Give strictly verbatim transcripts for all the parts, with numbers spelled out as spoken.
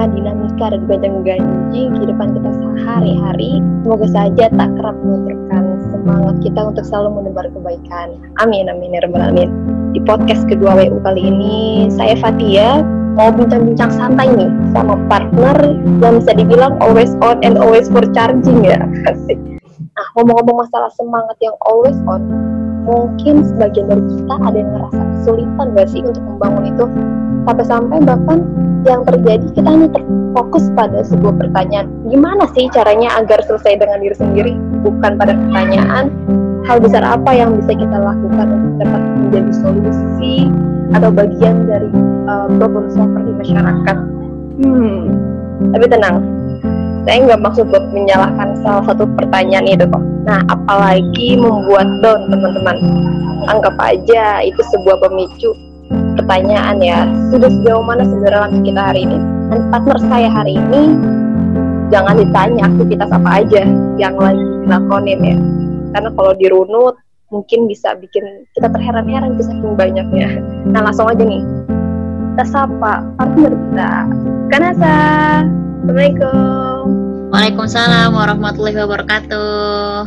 tengah dinamika dan gonjang-ganjing kehidupan kita sehari-hari, semoga saja tak kerap menurunkan semangat kita untuk selalu menebar kebaikan. Amin, amin, ya rabbal alamin. Di podcast kedua W U kali ini, saya Fatia mau bincang-bincang santai nih sama partner yang bisa dibilang always on and always for charging ya. Asik. Nah, ngomong-ngomong masalah semangat yang always on, mungkin sebagian dari kita ada yang ngerasa kesulitan gak sih untuk membangun itu, sampai-sampai bahkan yang terjadi kita hanya terfokus pada sebuah pertanyaan, gimana sih caranya agar selesai dengan diri sendiri, bukan pada pertanyaan hal besar apa yang bisa kita lakukan untuk dapat menjadi solusi atau bagian dari uh, problem solver di masyarakat. Hmm, tapi tenang, saya nggak maksud buat menyalahkan salah satu pertanyaan itu kok. Nah, apalagi membuat down teman-teman. Anggap aja itu sebuah pemicu pertanyaan ya. Sudah sejauh mana sebenarnya langkah kita hari ini? Dan partner saya hari ini, jangan ditanya aktivitas apa aja yang lagi dilakonin ya. Karena kalau dirunut, mungkin bisa bikin kita terheran-heran bisa saking banyaknya. Nah, langsung aja nih. Kita sapa partner kita. Kanasa. Assalamualaikum. Waalaikumsalam warahmatullahi wabarakatuh.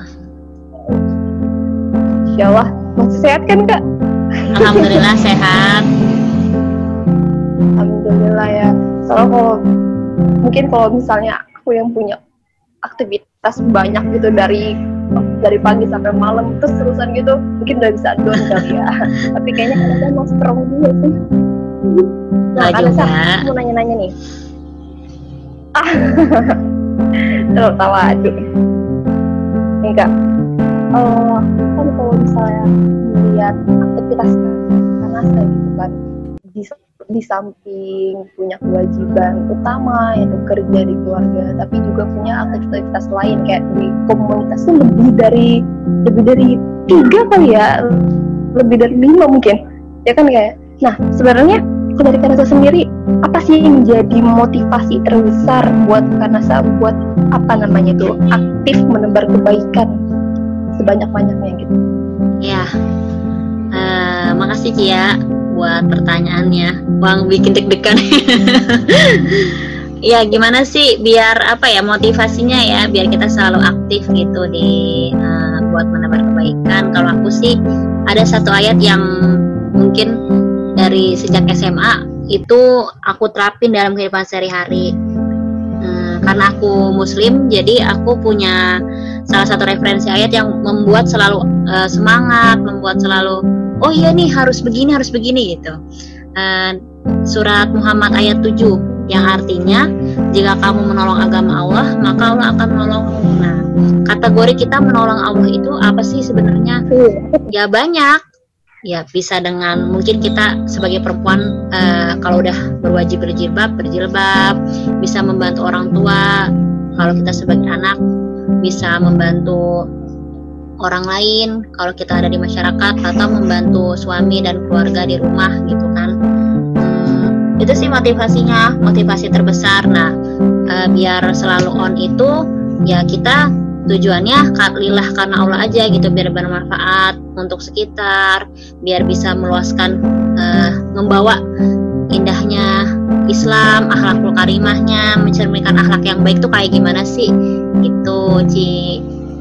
Insyaallah masih sehat kan Kak? Alhamdulillah sehat. Alhamdulillah ya. Soalnya kalau mungkin kalau misalnya aku yang punya aktivitas banyak gitu dari dari pagi sampai malam terus terusan gitu, mungkin udah bisa down kali ya. Tapi kayaknya kadang-kadang mau strong juga sih. Nah, Kanasa, aku mau nanya-nanya nih. Ah, terus tawa aduh. Nih Kak, uh, kan kalau misalnya melihat aktivitas Kanasa gitu kan, di, di samping punya kewajiban utama yaitu kerja di keluarga, tapi juga punya aktivitas lain kayak di komunitas tuh lebih dari lebih dari tiga kali ya, lebih dari lima mungkin, ya kan kayak. Nah sebenarnya kalau dari Kanasa sendiri, apa sih yang menjadi motivasi terbesar buat Kanasa buat apa namanya tuh aktif menebar kebaikan sebanyak-banyaknya gitu? Ya, uh, makasih Cia buat pertanyaannya. Wang bikin deg-degan. Ya gimana sih biar apa ya motivasinya ya biar kita selalu aktif gitu di uh, buat menebar kebaikan. Kalau aku sih ada satu ayat yang mungkin dari sejak S M A itu aku terapin dalam kehidupan sehari-hari. Hmm, karena aku muslim, jadi aku punya salah satu referensi ayat yang membuat selalu uh, semangat, membuat selalu oh iya nih harus begini, harus begini gitu. Uh, surat Muhammad ayat tujuh yang artinya jika kamu menolong agama Allah, maka Allah akan menolongmu. Nah, kategori kita menolong Allah itu apa sih sebenarnya? Ya banyak. Ya bisa dengan mungkin kita sebagai perempuan uh, kalau udah berwajib berjilbab, berjilbab, bisa membantu orang tua. Kalau kita sebagai anak bisa membantu orang lain kalau kita ada di masyarakat atau membantu suami dan keluarga di rumah gitu kan. Hmm, itu sih motivasinya, motivasi terbesar. Nah, uh, biar selalu on itu ya kita tujuannya lillah karena Allah aja gitu, biar bermanfaat untuk sekitar, biar bisa meluaskan uh, membawa indahnya Islam, akhlakul karimahnya, mencerminkan akhlak yang baik tuh kayak gimana sih gitu Ci.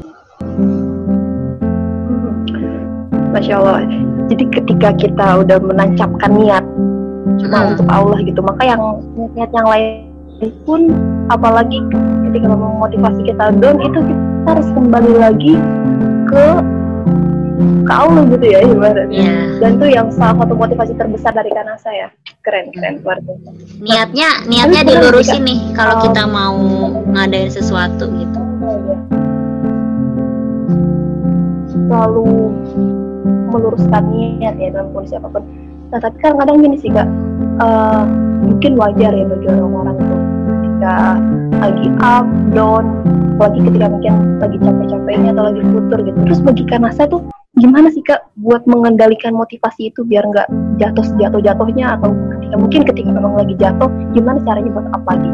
Masya Allah. Jadi ketika kita udah menancapkan niat cuma hmm. untuk Allah gitu, maka yang niat yang lain pun apalagi ketika memotivasi kita down itu kita harus kembali lagi ke ke Allah gitu ya ibaratnya. Yeah. Dan itu yang salah satu motivasi terbesar dari Kanasa ya. Keren keren luar biasa. Niatnya niatnya dilurusin nih kalau kita mau ngadain sesuatu gitu. Selalu meluruskan niat ya dalam kondisi apapun. Nah tapi kadang-kadang gini sih Kak, uh, mungkin wajar ya bagi orang-orang itu ketika lagi up, down, apalagi ketika mungkin lagi capek-capeknya atau lagi futur gitu. Terus bagi Kanasa tuh gimana sih Kak buat mengendalikan motivasi itu biar nggak jatuh sejatuh-jatuhnya, atau ketika mungkin ketika memang lagi jatuh gimana caranya buat up lagi?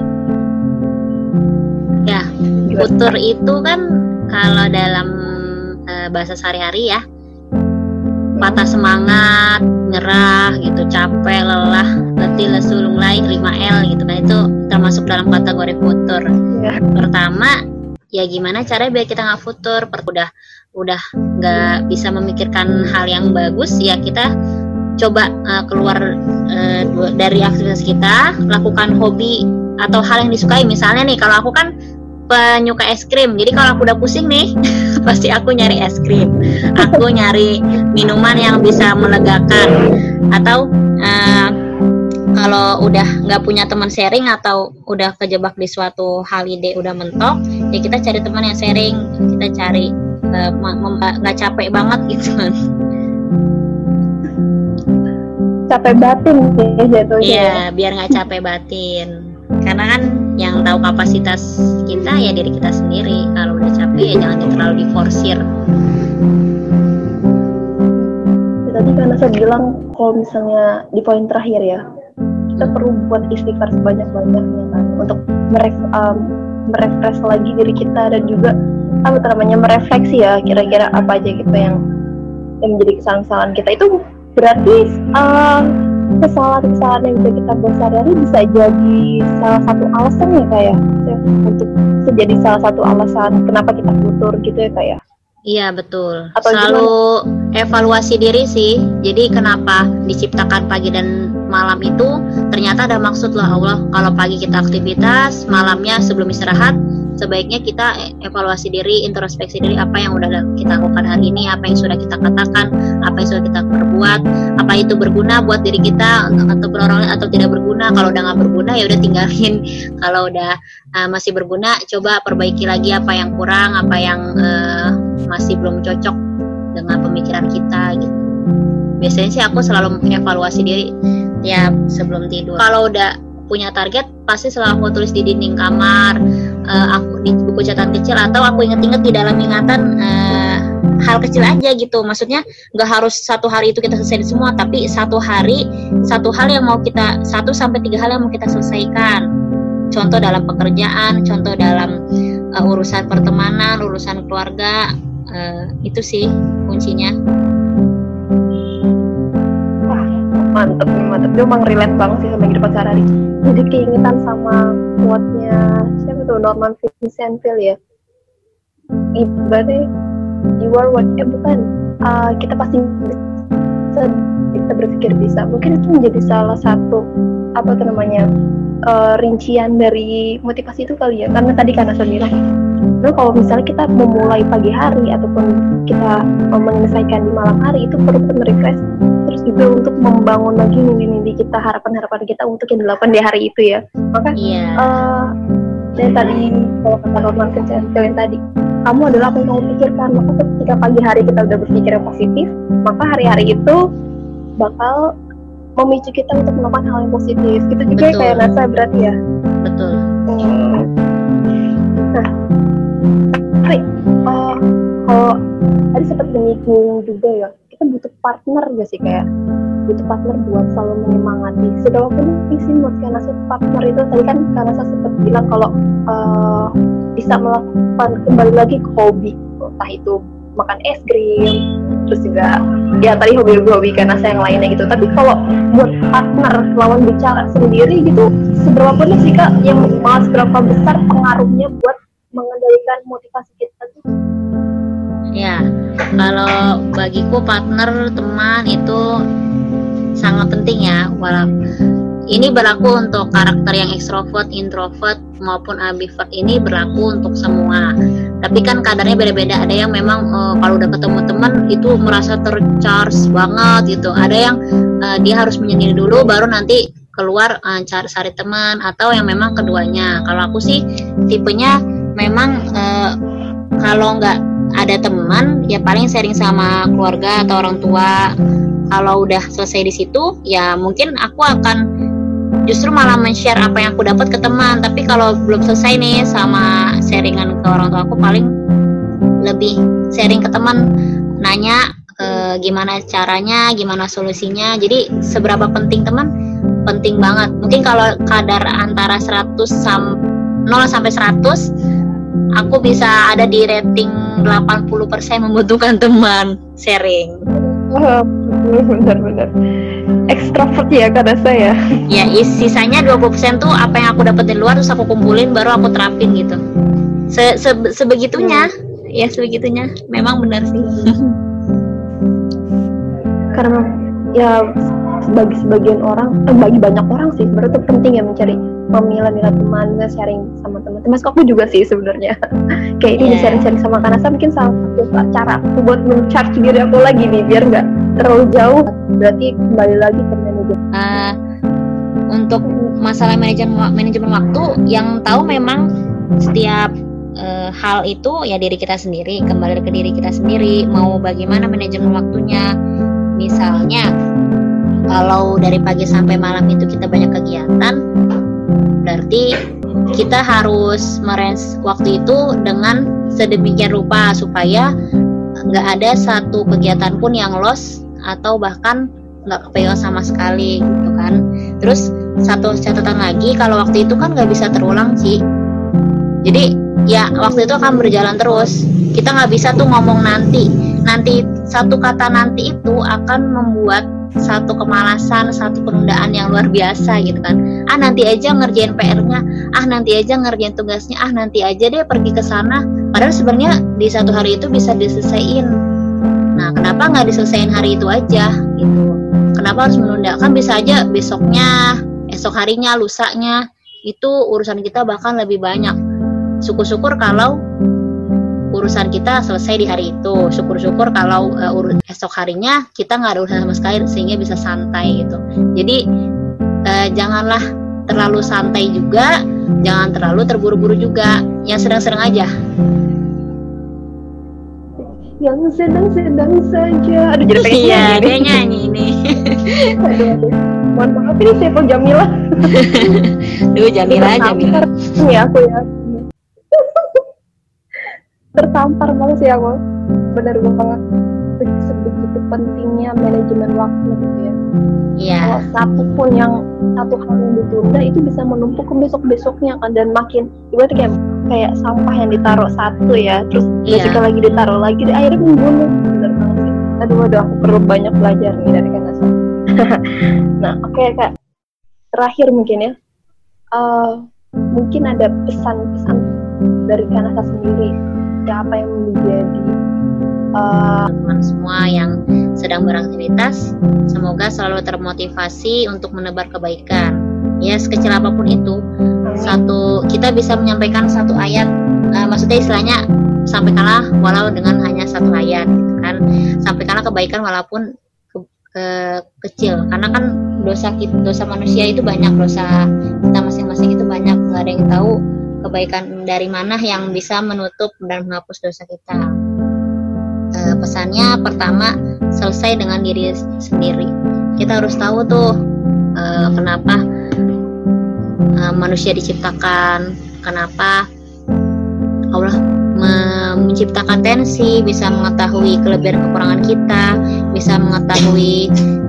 Ya, futur itu kan kalau dalam uh, bahasa sehari-hari ya patah semangat, nyerah gitu, capek, lelah, letih, lesu, lunglai, lima L gitu kan, itu termasuk dalam kategori futur. Ya. Pertama, ya gimana caranya biar kita nggak futur? Udah udah nggak bisa memikirkan hal yang bagus, ya kita coba uh, keluar uh, dari aktivitas kita, lakukan hobi atau hal yang disukai. Misalnya nih, kalau aku kan penyuka es krim, jadi kalau aku udah pusing nih pasti aku nyari es krim, aku nyari minuman yang bisa melegakan. Atau uh, kalau udah nggak punya teman sharing atau udah kejebak di suatu hal ide udah mentok, ya kita cari teman yang sharing, kita cari nggak uh, capek banget gitu kan. Capek batin ya jatuhnya. Iya, biar nggak capek batin. Karena kan yang tahu kapasitas kita ya diri kita sendiri. Kalau udah capek ya jangan terlalu diforsir. Ya, tadi karena saya bilang kalau misalnya di poin terakhir ya, kita perlu buat istighfar sebanyak-banyaknya kan untuk meref, um, merefresh lagi diri kita dan juga apa namanya merefleksi ya kira-kira apa aja gitu yang yang menjadi kesalahan-kesalahan kita. Itu berarti uh, kesalahan-kesalahan yang bisa kita buat sehari-hari bisa jadi salah satu alasan ya kayak ya, untuk bisa jadi salah satu alasan kenapa kita futur gitu ya kayak. Iya betul. Atau selalu gimana? Evaluasi diri sih. Jadi kenapa diciptakan pagi dan malam itu ternyata ada maksud lah Allah. Kalau pagi kita aktivitas, malamnya sebelum istirahat sebaiknya kita evaluasi diri, introspeksi diri apa yang udah kita lakukan hari ini, apa yang sudah kita katakan, apa yang sudah kita perbuat, apa itu berguna buat diri kita ataupun orang lain atau tidak berguna. Kalau udah nggak berguna ya udah tinggalin. Kalau udah uh, masih berguna, coba perbaiki lagi apa yang kurang, apa yang uh, masih belum cocok dengan pemikiran kita gitu. Biasanya sih aku selalu evaluasi diri tiap sebelum tidur. Kalau udah punya target pasti selalu aku tulis di dinding kamar, uh, aku di buku catatan kecil, atau aku inget-inget di dalam ingatan uh, hal kecil aja gitu. Maksudnya nggak harus satu hari itu kita selesai semua, tapi satu hari satu hal yang mau kita satu sampai tiga hal yang mau kita selesaikan. Contoh dalam pekerjaan, contoh dalam uh, urusan pertemanan, urusan keluarga, uh, itu sih kuncinya. Mantep nih, mantep. Dia emang relate banget sih sama kehidupan sehari-hari. Jadi keingetan sama quote-nya siapa tuh, Norman Vincent Peale ya. Ibaratnya you are what, eh bukan uh, kita pasti bisa, kita berpikir bisa. Mungkin itu menjadi salah satu apa tuh namanya uh, rincian dari motivasi itu kali ya. Karena tadi karena saya bilang, nah, kalau misalnya kita memulai pagi hari ataupun kita menyelesaikan di malam hari, itu perlu refresh terus juga untuk membangun lagi mimpi-mimpi kita, harapan-harapan kita untuk yang dilakukan di hari itu ya. Maka yeah. uh, dan tadi kalau kata Norman Vincent Peale yang tadi, kamu adalah apa yang kamu pikirkan. Maka ketika pagi hari kita udah berpikir yang positif, maka hari-hari itu bakal memicu kita untuk melakukan hal yang positif. Itu juga Betul. kayak Nasa berarti ya. Betul. Hmm. Nah, Hari, uh, kalau tadi sempat menyinggung juga ya, kita butuh partner gak sih, kayak butuh partner buat selalu menyemangati. Seberapa penting sih menurut Kanasa partner itu? Tadi kan Kanasa sempat bilang kalau uh, bisa melakukan kembali lagi ke hobi, entah itu makan es krim, terus juga ya tadi hobi-hobi Kanasa yang lainnya gitu. Tapi kalau buat partner lawan bicara sendiri gitu, seberapa penting sih Kak, yang malah seberapa besar pengaruhnya buat mengendalikan motivasi kita tuh? Ya, kalau bagiku partner, teman itu sangat penting ya. Walaupun ini berlaku untuk karakter yang ekstrovert, introvert maupun ambivert, ini berlaku untuk semua. Tapi kan kadarnya beda-beda. Ada yang memang uh, kalau udah ketemu teman itu merasa tercharge banget gitu. Ada yang uh, dia harus menyendiri dulu baru nanti keluar uh, cari cari teman, atau yang memang keduanya. Kalau aku sih tipenya memang uh, kalau nggak ada teman ya paling sharing sama keluarga atau orang tua. Kalau udah selesai di situ ya mungkin aku akan justru malah men-share apa yang aku dapat ke teman. Tapi kalau belum selesai nih sama sharingan ke orang tua aku, paling lebih sharing ke teman, nanya e, gimana caranya, gimana solusinya. Jadi seberapa penting teman? Penting banget. Mungkin kalau kadar antara seratus nol sampai seratus, aku bisa ada di rating delapan puluh persen membutuhkan teman sharing. Oh, benar-benar. ekstrovert ya karena saya. Ya, sisanya dua puluh persen tuh apa yang aku dapat di luar terus aku kumpulin baru aku terapin gitu. Se -se Sebegitunya, hmm. ya sebegitunya. Memang benar sih. Karena ya bagi sebagian orang, eh, bagi banyak orang sih sebenarnya itu penting ya mencari memilah-milah teman, sharing sama teman. Termasuk aku juga sih sebenarnya. Kayak ini yeah. sharing-sharing sama Kanasa mungkin salah satu cara aku buat men-charge diri aku lagi nih biar nggak terlalu jauh. Berarti kembali lagi ke manajemen. Uh, untuk masalah manajemen manajemen waktu, yang tahu memang setiap uh, hal itu ya diri kita sendiri, kembali ke diri kita sendiri. Mau bagaimana manajemen waktunya? Misalnya kalau dari pagi sampai malam itu kita banyak kegiatan, berarti kita harus merange waktu itu dengan sedemikian rupa supaya nggak ada satu kegiatan pun yang loss atau bahkan nggak kepegang sama sekali gitu kan. Terus satu catatan lagi, kalau waktu itu kan nggak bisa terulang sih. Jadi ya waktu itu akan berjalan terus. Kita nggak bisa tuh ngomong nanti. Nanti satu kata nanti itu akan membuat satu kemalasan, satu penundaan yang luar biasa gitu kan. Ah nanti aja ngerjain P R-nya, ah nanti aja ngerjain tugasnya, ah nanti aja deh pergi ke sana. Padahal sebenarnya di satu hari itu bisa diselesaikan. Nah, kenapa nggak diselesaikan hari itu aja gitu? Kenapa harus menunda? Kan bisa aja besoknya, esok harinya, lusanya itu urusan kita bahkan lebih banyak. Syukur-syukur kalau urusan kita selesai di hari itu. Syukur-syukur kalau uh, ur- esok harinya kita nggak ada urusan sama sekali sehingga bisa santai gitu. Jadi uh, janganlah terlalu santai juga, jangan terlalu terburu-buru juga. Yang sedang-sedang aja. Yang sedang-sedang saja. Aduh jadi pengen iya, nyanyi. Dia nyanyi ini. aduh, aduh. Mohon maaf ini saya Pak Jamila. Duh Jamila, Jamila. Ini aku ya. Tertampar banget sih aku, benar banget. Sebegitu pentingnya manajemen waktu gitu ya. Iya. Kalau satu pun yang satu hal yang ditunda itu bisa menumpuk ke besok-besoknya kan, dan makin ibaratnya kayak kayak sampah yang ditaruh satu ya, terus iya. besoknya lagi ditaruh lagi, akhirnya membunuh. Benar banget sih. Aduh, aduh aku perlu banyak belajar nih dari Kanasa. Nah, oke okay, Kak. Terakhir mungkin ya, uh, mungkin ada pesan-pesan dari Kanasa sendiri. Ya, apa yang menjadi uh, teman semua yang sedang beraktivitas, semoga selalu termotivasi untuk menebar kebaikan. Ya, sekecil apapun itu, satu kita bisa menyampaikan satu ayat, uh, maksudnya istilahnya sampaikanlah walau dengan hanya satu ayat, gitu kan. Sampaikanlah kebaikan walaupun ke, ke, kecil, karena kan dosa kita, dosa manusia itu banyak, dosa kita masing-masing itu banyak, nggak ada yang tahu kebaikan dari mana yang bisa menutup dan menghapus dosa kita. E, pesannya pertama, selesai dengan diri sendiri. Kita harus tahu tuh e, kenapa e, manusia diciptakan, kenapa Allah me- menciptakan tensi, bisa mengetahui kelebihan kekurangan kita, bisa mengetahui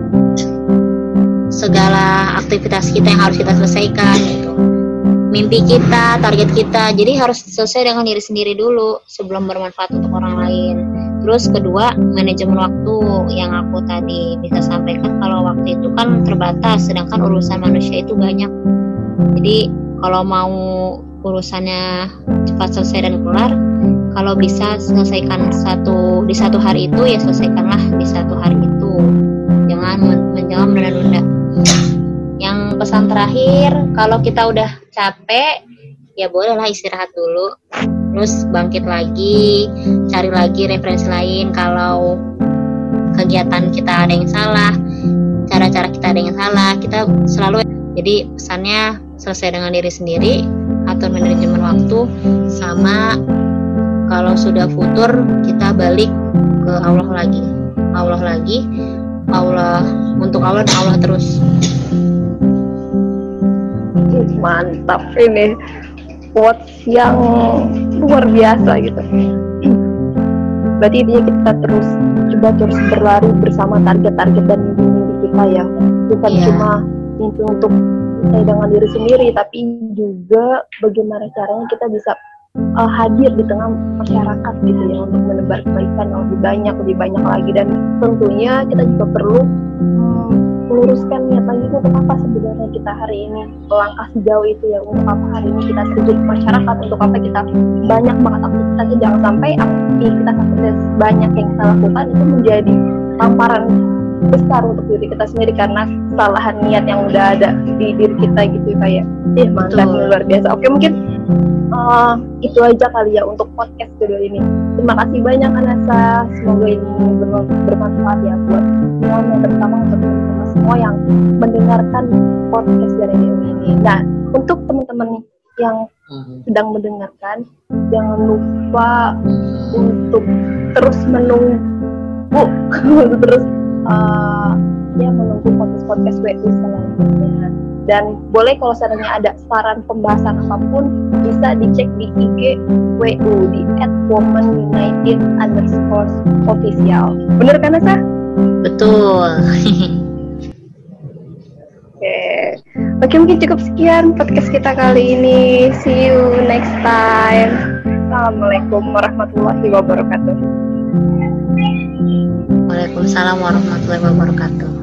segala aktivitas kita yang harus kita selesaikan gitu. Mimpi kita, target kita, jadi harus selesai dengan diri sendiri dulu sebelum bermanfaat untuk orang lain. Terus kedua, manajemen waktu yang aku tadi bisa sampaikan, kalau waktu itu kan terbatas, sedangkan urusan manusia itu banyak. Jadi kalau mau urusannya cepat selesai dan kelar, kalau bisa selesaikan satu di satu hari itu ya selesaikanlah di satu hari itu, jangan jangan menunda-nunda. Yang pesan terakhir, kalau kita udah capek, ya bolehlah istirahat dulu, terus bangkit lagi, cari lagi referensi lain. Kalau kegiatan kita ada yang salah, cara-cara kita ada yang salah, kita selalu. Jadi pesannya selesai dengan diri sendiri, atur manajemen waktu, sama kalau sudah futur kita balik ke Allah lagi, Allah lagi, Allah untuk Allah dan Allah terus. Mantap ini, quotes yang luar biasa gitu. Berarti intinya kita terus coba terus berlari bersama target-target dan mimpi-mimpi kita ya, bukan yeah. cuma mimpi untuk selesai dengan diri sendiri, tapi juga bagaimana caranya kita bisa uh, hadir di tengah masyarakat gitu ya, untuk menebar kebaikan yang lebih banyak lebih banyak lagi. Dan tentunya kita juga perlu um, meluruskan niat lagi untuk apa sebenarnya kita hari ini melangkah sejauh itu ya, untuk apa hari ini kita terjun ke masyarakat, untuk apa kita banyak banget aktivitasnya. Jangan sampai aktivitas aktivitas banyak yang kita lakukan itu menjadi tamparan besar untuk diri kita sendiri karena kesalahan niat yang udah ada di diri kita gitu, kayak ih mantap, luar biasa. Oke, mungkin uh, itu aja kali ya untuk podcast kedua ini. Terima kasih banyak Anasa, semoga ini bermanfaat ya buat semuanya, terutama untuk teman-teman semua yang mendengarkan podcast dari Dewi ini. Nah, untuk teman-teman yang sedang mendengarkan, jangan lupa untuk terus menunggu terus uh, ya menunggu podcast-podcast W U selanjutnya. Dan boleh kalau seandainya ada saran pembahasan apapun bisa dicek di I G W U di at woman united underscore official. Bener kan Nasa? Betul. Oke, oke mungkin cukup sekian podcast kita kali ini. See you next time. Assalamualaikum warahmatullahi wabarakatuh. Waalaikumsalam warahmatullahi wabarakatuh.